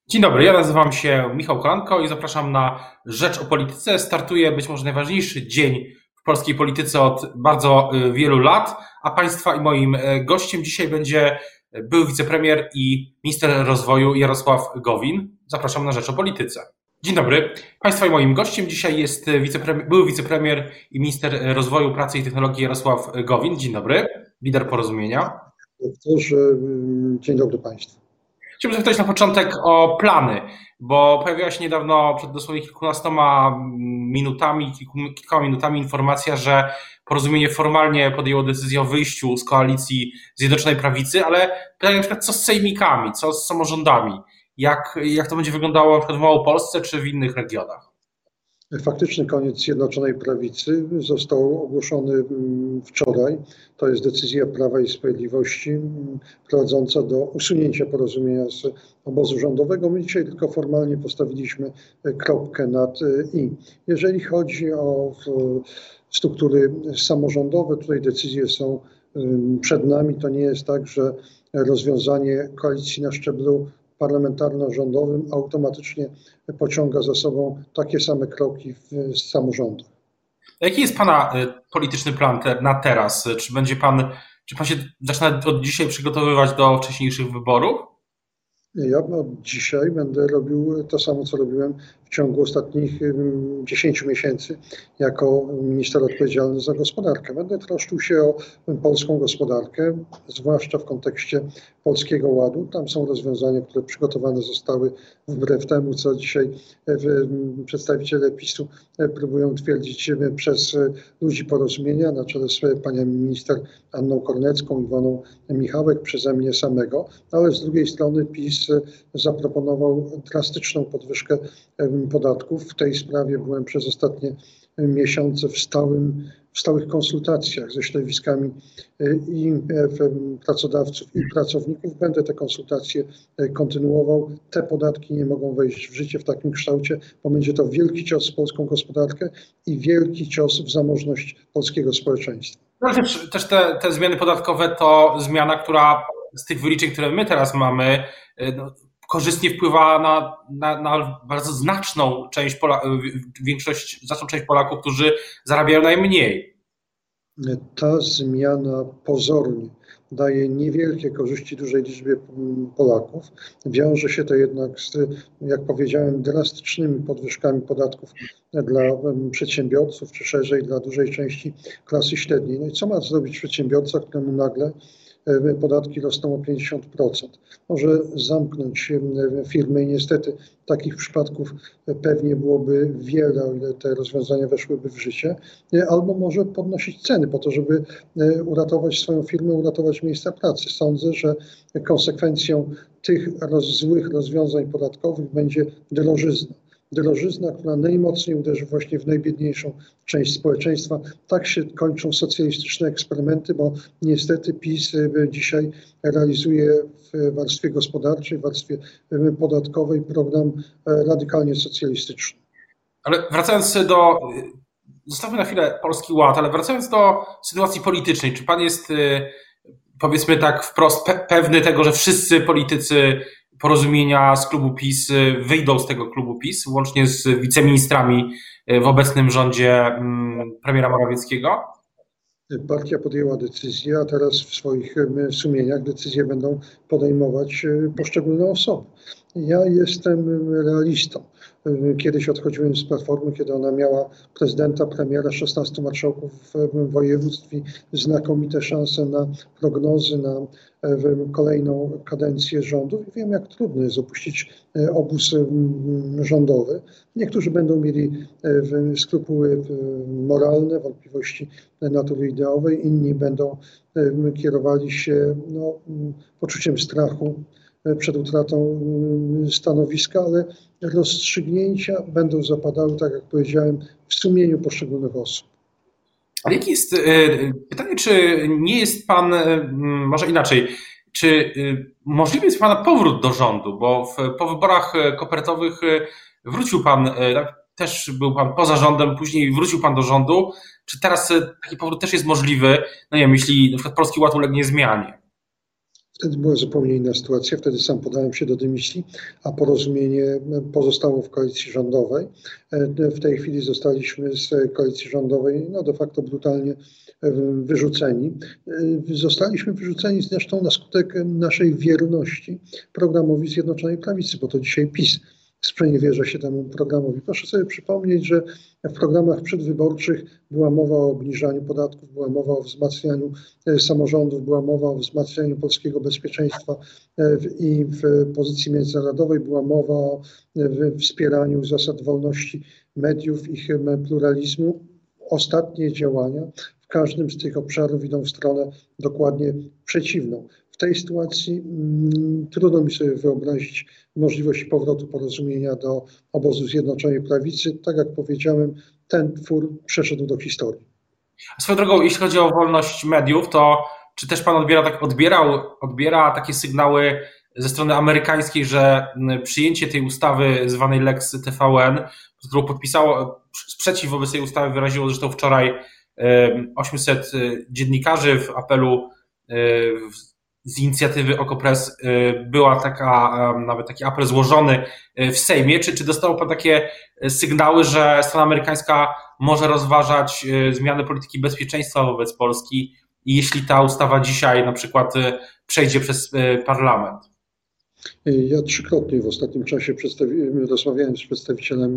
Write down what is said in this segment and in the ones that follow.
Dzień dobry, ja nazywam się Michał Kolanko i zapraszam na Rzecz o Polityce. Startuje być może najważniejszy dzień w polskiej polityce od bardzo wielu lat, a Państwa i moim gościem dzisiaj będzie były wicepremier i minister rozwoju Jarosław Gowin. Zapraszam na Rzecz o Polityce. Dzień dobry. Państwa i moim gościem dzisiaj jest były wicepremier i minister rozwoju, pracy i technologii Jarosław Gowin. Dzień dobry. Lider Porozumienia. Dzień dobry Państwu. Chciałbym zapytać na początek o plany, bo pojawiła się niedawno, przed dosłownie kilkoma minutami informacja, że Porozumienie formalnie podjęło decyzję o wyjściu z koalicji Zjednoczonej Prawicy, ale pytanie na przykład co z sejmikami, co z samorządami, jak to będzie wyglądało na przykład w Małopolsce czy w innych regionach? Faktyczny koniec Zjednoczonej Prawicy został ogłoszony wczoraj. To jest decyzja Prawa i Sprawiedliwości prowadząca do usunięcia porozumienia z obozu rządowego. My dzisiaj tylko formalnie postawiliśmy kropkę nad i. Jeżeli chodzi o struktury samorządowe, tutaj decyzje są przed nami. To nie jest tak, że rozwiązanie koalicji na szczeblu parlamentarno-rządowym automatycznie pociąga za sobą takie same kroki w samorządach. Jaki jest Pana polityczny plan na teraz? Czy pan się zaczyna od dzisiaj przygotowywać do wcześniejszych wyborów? Ja od dzisiaj będę robił to samo, co robiłem w ciągu ostatnich 10 miesięcy jako minister odpowiedzialny za gospodarkę. Będę troszczył się o polską gospodarkę, zwłaszcza w kontekście Polskiego Ładu. Tam są rozwiązania, które przygotowane zostały wbrew temu, co dzisiaj przedstawiciele PiS-u próbują twierdzić przez ludzi Porozumienia na czele z panią minister Anną Kornecką, Iwoną Michałek, przeze mnie samego, ale z drugiej strony PiS zaproponował drastyczną podwyżkę podatków. W tej sprawie byłem przez ostatnie miesiące w stałych konsultacjach ze środowiskami i pracodawców, i pracowników. Będę te konsultacje kontynuował. Te podatki nie mogą wejść w życie w takim kształcie, bo będzie to wielki cios w polską gospodarkę i wielki cios w zamożność polskiego społeczeństwa. Ale też te zmiany podatkowe to zmiana, która z tych wyliczeń, które my teraz mamy, korzystnie wpływa na bardzo znaczną część znaczną część Polaków, którzy zarabiają najmniej. Ta zmiana pozornie daje niewielkie korzyści dużej liczbie Polaków. Wiąże się to jednak z, jak powiedziałem, drastycznymi podwyżkami podatków dla przedsiębiorców, czy szerzej dla dużej części klasy średniej. No i co ma zrobić przedsiębiorca, któremu nagle podatki rosną o 50%. Może zamknąć firmy i niestety takich przypadków pewnie byłoby wiele, o ile te rozwiązania weszłyby w życie, albo może podnosić ceny po to, żeby uratować swoją firmę, uratować miejsca pracy. Sądzę, że konsekwencją tych złych rozwiązań podatkowych będzie drożyzna, która najmocniej uderzy właśnie w najbiedniejszą część społeczeństwa. Tak się kończą socjalistyczne eksperymenty, bo niestety PiS dzisiaj realizuje w warstwie gospodarczej, w warstwie podatkowej program radykalnie socjalistyczny. Ale zostawmy na chwilę Polski Ład, ale wracając do sytuacji politycznej, czy pan jest, powiedzmy tak wprost, pewny tego, że wszyscy politycy Porozumienia z klubu PiS wyjdą z tego klubu PiS, łącznie z wiceministrami w obecnym rządzie premiera Morawieckiego? Partia podjęła decyzję, a teraz w swoich sumieniach decyzje będą podejmować poszczególne osoby. Ja jestem realistą. Kiedyś odchodziłem z Platformy, kiedy ona miała prezydenta, premiera, 16 marszałków województw i znakomite szanse na prognozy, na kolejną kadencję rządu. I wiem, jak trudno jest opuścić obóz rządowy. Niektórzy będą mieli skrupuły moralne, wątpliwości natury ideowej, inni będą kierowali się poczuciem strachu przed utratą stanowiska, ale rozstrzygnięcia będą zapadały, tak jak powiedziałem, w sumieniu poszczególnych osób. Ale jakie jest pytanie, czy nie jest pan, może inaczej, czy możliwy jest pana powrót do rządu, bo po wyborach kopertowych wrócił pan, też był pan poza rządem, później wrócił pan do rządu. Czy teraz taki powrót też jest możliwy, no nie wiem, jeśli na przykład Polski Ład ulegnie zmianie? Wtedy była zupełnie inna sytuacja. Wtedy sam podałem się do dymisji, a Porozumienie pozostało w koalicji rządowej. W tej chwili zostaliśmy z koalicji rządowej de facto brutalnie wyrzuceni. Zostaliśmy wyrzuceni zresztą na skutek naszej wierności programowi Zjednoczonej Prawicy, bo to dzisiaj PiS sprzeniewierza się temu programowi. Proszę sobie przypomnieć, że w programach przedwyborczych była mowa o obniżaniu podatków, była mowa o wzmacnianiu samorządów, była mowa o wzmacnianiu polskiego bezpieczeństwa i w pozycji międzynarodowej, była mowa o wspieraniu zasad wolności mediów, ich pluralizmu. Ostatnie działania w każdym z tych obszarów idą w stronę dokładnie przeciwną. W tej sytuacji trudno mi sobie wyobrazić możliwość powrotu Porozumienia do obozu Zjednoczonej Prawicy. Tak jak powiedziałem, ten twór przeszedł do historii. Swoją drogą, jeśli chodzi o wolność mediów, to czy też pan odbiera takie sygnały ze strony amerykańskiej, że przyjęcie tej ustawy zwanej Lex TVN, którą sprzeciw wobec tej ustawy wyraziło zresztą wczoraj 800 dziennikarzy w apelu z inicjatywy OKO.press, była nawet taki apel złożony w Sejmie. Czy dostał pan takie sygnały, że strona amerykańska może rozważać zmianę polityki bezpieczeństwa wobec Polski, i jeśli ta ustawa dzisiaj na przykład przejdzie przez parlament? Ja trzykrotnie w ostatnim czasie rozmawiałem z przedstawicielami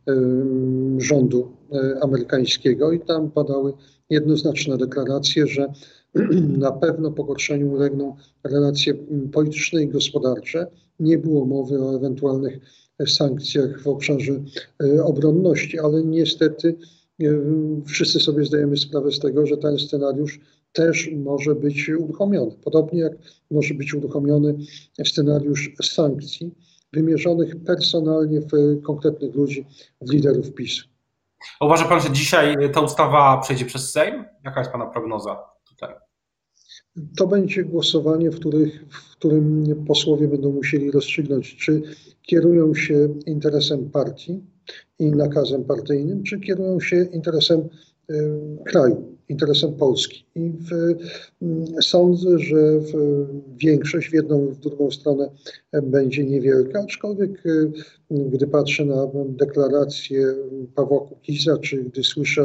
rządu amerykańskiego i tam padały jednoznaczne deklaracje, że na pewno pogorszeniu ulegną relacje polityczne i gospodarcze. Nie było mowy o ewentualnych sankcjach w obszarze obronności, ale niestety wszyscy sobie zdajemy sprawę z tego, że ten scenariusz też może być uruchomiony. Podobnie jak może być uruchomiony scenariusz sankcji wymierzonych personalnie w konkretnych ludzi, w liderów PiS-u. Uważa pan, że dzisiaj ta ustawa przejdzie przez Sejm? Jaka jest pana prognoza tutaj? To będzie głosowanie, w którym posłowie będą musieli rozstrzygnąć, czy kierują się interesem partii i nakazem partyjnym, czy kierują się interesem kraju, interesem Polski. I sądzę, że większość w jedną i w drugą stronę będzie niewielka, aczkolwiek gdy patrzę na deklarację Pawła Kukiza, czy gdy słyszę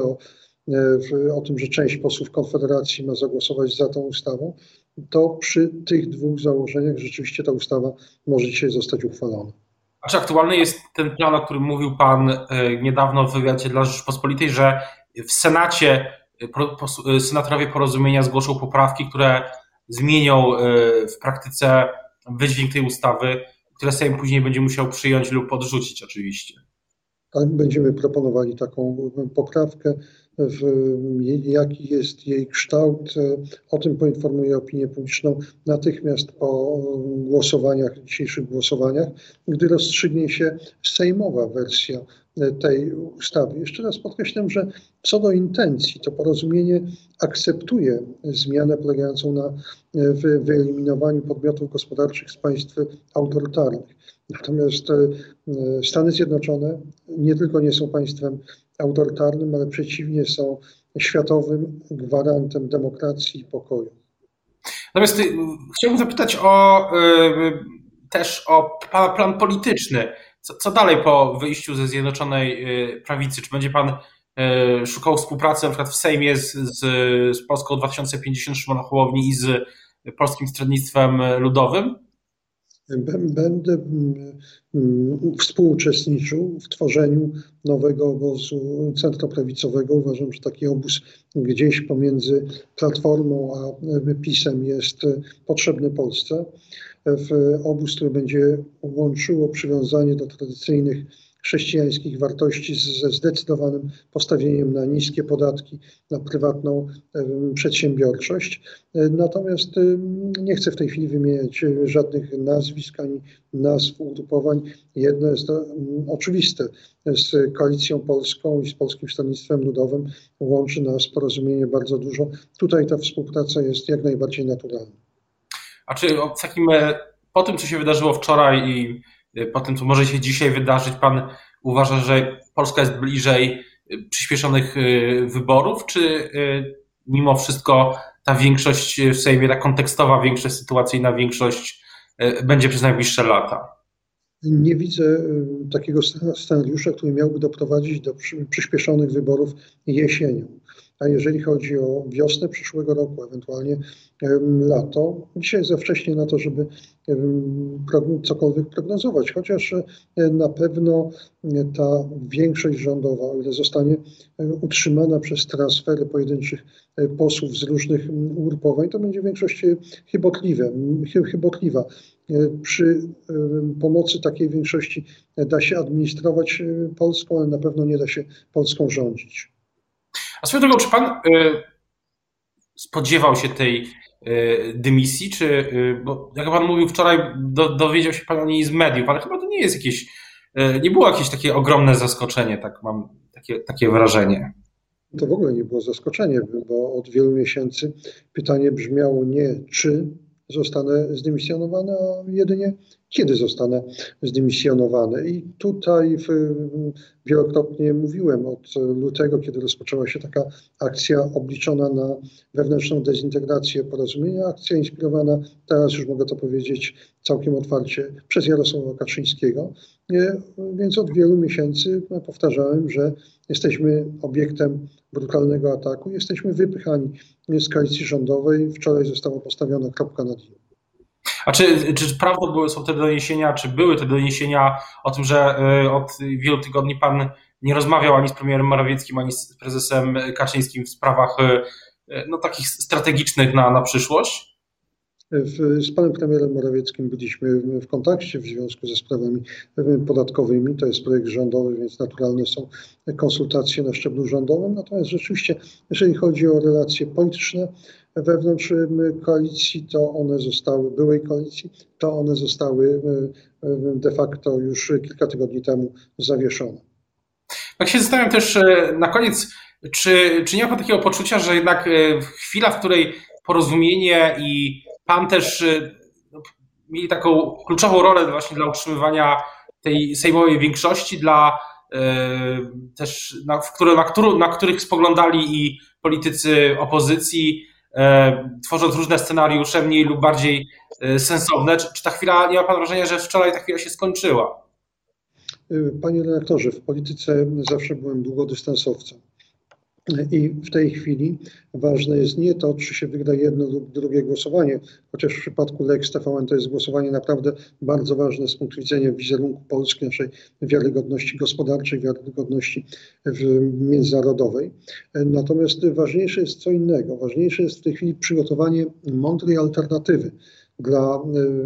o tym, że część posłów Konfederacji ma zagłosować za tą ustawą, to przy tych dwóch założeniach rzeczywiście ta ustawa może dzisiaj zostać uchwalona. A czy aktualny jest ten plan, o którym mówił pan niedawno w wywiadzie dla Rzeczpospolitej, że w Senacie senatorowie Porozumienia zgłoszą poprawki, które zmienią w praktyce wydźwięk tej ustawy, które Sejm później będzie musiał przyjąć lub odrzucić oczywiście? Tak, będziemy proponowali taką poprawkę. Jaki jest jej kształt, o tym poinformuję opinię publiczną natychmiast po dzisiejszych głosowaniach, gdy rozstrzygnie się sejmowa wersja tej ustawy. Jeszcze raz podkreślam, że co do intencji, to Porozumienie akceptuje zmianę polegającą na wyeliminowaniu podmiotów gospodarczych z państw autorytarnych. Natomiast Stany Zjednoczone nie tylko nie są państwem autorytarnym, ale przeciwnie, są światowym gwarantem demokracji i pokoju. Natomiast chciałbym zapytać też o pana plan polityczny. Co dalej po wyjściu ze Zjednoczonej Prawicy? Czy będzie pan szukał współpracy na przykład w Sejmie z Polską 2050 Szymona Hołowni i z Polskim Stronnictwem Ludowym? Będę współuczestniczył w tworzeniu nowego obozu centroprawicowego. Uważam, że taki obóz gdzieś pomiędzy Platformą a PiS-em jest potrzebny Polsce. Obóz, który będzie łączyło przywiązanie do tradycyjnych chrześcijańskich wartości ze zdecydowanym postawieniem na niskie podatki, na prywatną przedsiębiorczość. Natomiast nie chcę w tej chwili wymieniać żadnych nazwisk ani nazw ugrupowań. Jedno jest oczywiste. Z Koalicją Polską i z Polskim Stronnictwem Ludowym łączy nas Porozumienie bardzo dużo. Tutaj ta współpraca jest jak najbardziej naturalna. A czy po tym, co się wydarzyło wczoraj i po tym, co może się dzisiaj wydarzyć, pan uważa, że Polska jest bliżej przyspieszonych wyborów, czy mimo wszystko ta większość w Sejmie, ta kontekstowa większość, sytuacyjna większość będzie przez najbliższe lata? Nie widzę takiego scenariusza, który miałby doprowadzić do przyspieszonych wyborów jesienią. A jeżeli chodzi o wiosnę przyszłego roku, ewentualnie lato, dzisiaj jest za wcześnie na to, żeby cokolwiek prognozować, chociaż na pewno ta większość rządowa, o ile zostanie utrzymana przez transfery pojedynczych posłów z różnych ugrupowań, to będzie większość chybotliwa. Przy pomocy takiej większości da się administrować Polską, ale na pewno nie da się Polską rządzić. A swoją drogą, czy pan spodziewał się tej dymisji, bo jak pan mówił wczoraj, dowiedział się pan o niej z mediów, ale chyba to nie jest nie było jakieś takie ogromne zaskoczenie, tak mam takie wrażenie. To w ogóle nie było zaskoczenie, bo od wielu miesięcy pytanie brzmiało nie czy zostanę zdymisjonowany, a jedynie kiedy zostanę zdymisjonowany. I tutaj wielokrotnie mówiłem od lutego, kiedy rozpoczęła się taka akcja obliczona na wewnętrzną dezintegrację porozumienia, akcja inspirowana, teraz już mogę to powiedzieć całkiem otwarcie, przez Jarosława Kaczyńskiego. Więc od wielu miesięcy powtarzałem, że jesteśmy obiektem brutalnego ataku, jesteśmy wypychani z koalicji rządowej. Wczoraj została postawiona kropka nad i. A czy prawdą są te doniesienia, czy były te doniesienia o tym, że od wielu tygodni pan nie rozmawiał ani z premierem Morawieckim, ani z prezesem Kaczyńskim w sprawach takich strategicznych na przyszłość? Z panem premierem Morawieckim byliśmy w kontakcie w związku ze sprawami podatkowymi. To jest projekt rządowy, więc naturalne są konsultacje na szczeblu rządowym. Natomiast rzeczywiście, jeżeli chodzi o relacje polityczne wewnątrz koalicji, byłej koalicji, to one zostały de facto już kilka tygodni temu zawieszone. Tak się zastanawiam też na koniec, czy nie ma pan takiego poczucia, że jednak chwila, w której Porozumienie i pan też mieli taką kluczową rolę właśnie dla utrzymywania tej sejmowej większości, też na których spoglądali i politycy opozycji, tworząc różne scenariusze mniej lub bardziej sensowne. Czy ta chwila, nie ma pan wrażenia, że wczoraj ta chwila się skończyła? Panie redaktorze, w polityce zawsze byłem długodystansowcem. I w tej chwili ważne jest nie to, czy się wygra jedno lub drugie głosowanie, chociaż w przypadku Lex TVN to jest głosowanie naprawdę bardzo ważne z punktu widzenia wizerunku Polski, naszej wiarygodności gospodarczej, wiarygodności międzynarodowej. Natomiast ważniejsze jest co innego. Ważniejsze jest w tej chwili przygotowanie mądrej alternatywy dla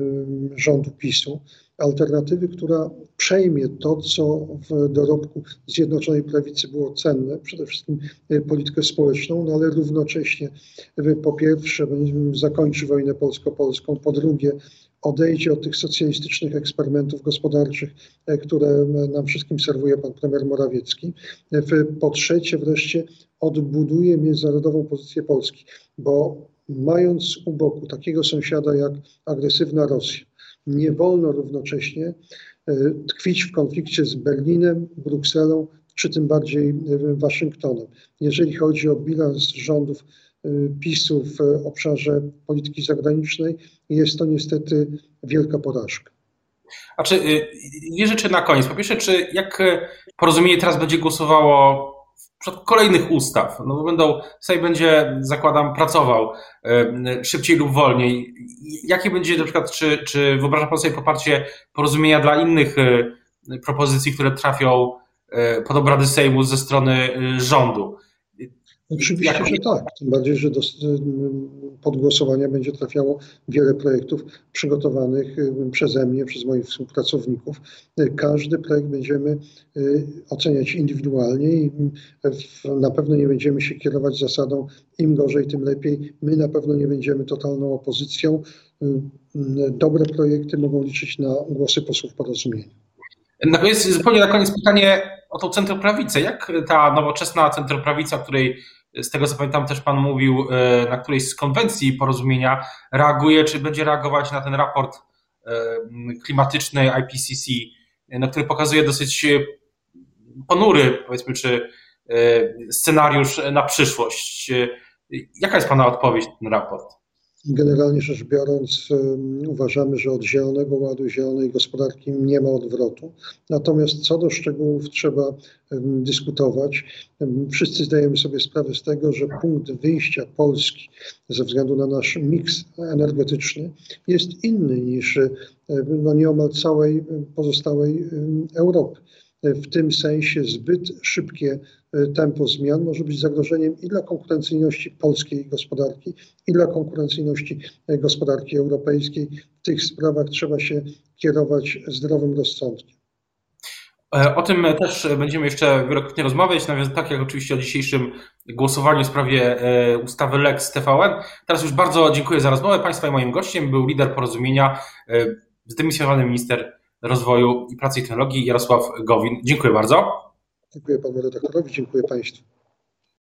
rządu PiS-u. Alternatywy, która przejmie to, co w dorobku Zjednoczonej Prawicy było cenne, przede wszystkim politykę społeczną, no ale równocześnie po pierwsze zakończy wojnę polsko-polską, po drugie odejdzie od tych socjalistycznych eksperymentów gospodarczych, które nam wszystkim serwuje pan premier Morawiecki, po trzecie wreszcie odbuduje międzynarodową pozycję Polski, bo mając u boku takiego sąsiada jak agresywna Rosja, nie wolno równocześnie tkwić w konflikcie z Berlinem, Brukselą, czy tym bardziej Waszyngtonem. Jeżeli chodzi o bilans rządów PiS-u w obszarze polityki zagranicznej, jest to niestety wielka porażka. A dwie rzeczy na koniec. Po pierwsze, jak Porozumienie teraz będzie głosowało w przypadku kolejnych ustaw, no bo Sejm będzie, zakładam, pracował szybciej lub wolniej. Jakie będzie na przykład, czy wyobraża pan sobie poparcie Porozumienia dla innych propozycji, które trafią pod obrady Sejmu ze strony rządu? Oczywiście, że tak. Tym bardziej, że pod głosowania będzie trafiało wiele projektów przygotowanych przeze mnie, przez moich współpracowników. Każdy projekt będziemy oceniać indywidualnie i na pewno nie będziemy się kierować zasadą im gorzej, tym lepiej. My na pewno nie będziemy totalną opozycją. Dobre projekty mogą liczyć na głosy posłów Porozumienia. Zupełnie na koniec pytanie o tą centroprawicę. Jak ta nowoczesna centroprawica, o której z tego co pamiętam też pan mówił, na którejś z konwencji Porozumienia reaguje, czy będzie reagować na ten raport klimatyczny IPCC, który pokazuje dosyć ponury, powiedzmy, czy scenariusz na przyszłość. Jaka jest Pana odpowiedź na ten raport? Generalnie rzecz biorąc, uważamy, że od Zielonego Ładu, zielonej gospodarki nie ma odwrotu. Natomiast co do szczegółów trzeba dyskutować. Wszyscy zdajemy sobie sprawę z tego, że punkt wyjścia Polski ze względu na nasz miks energetyczny jest inny niż nieomal całej pozostałej Europy. W tym sensie zbyt szybkie tempo zmian może być zagrożeniem i dla konkurencyjności polskiej gospodarki, i dla konkurencyjności gospodarki europejskiej. W tych sprawach trzeba się kierować zdrowym rozsądkiem. O tym też będziemy jeszcze wielokrotnie rozmawiać, nawet tak jak oczywiście o dzisiejszym głosowaniu w sprawie ustawy Lex TVN. Teraz już bardzo dziękuję za rozmowę Państwa i moim gościem był lider Porozumienia, zdymisjonowany minister rozwoju i pracy i technologii Jarosław Gowin. Dziękuję bardzo. Dziękuję panu redaktorowi, dziękuję państwu.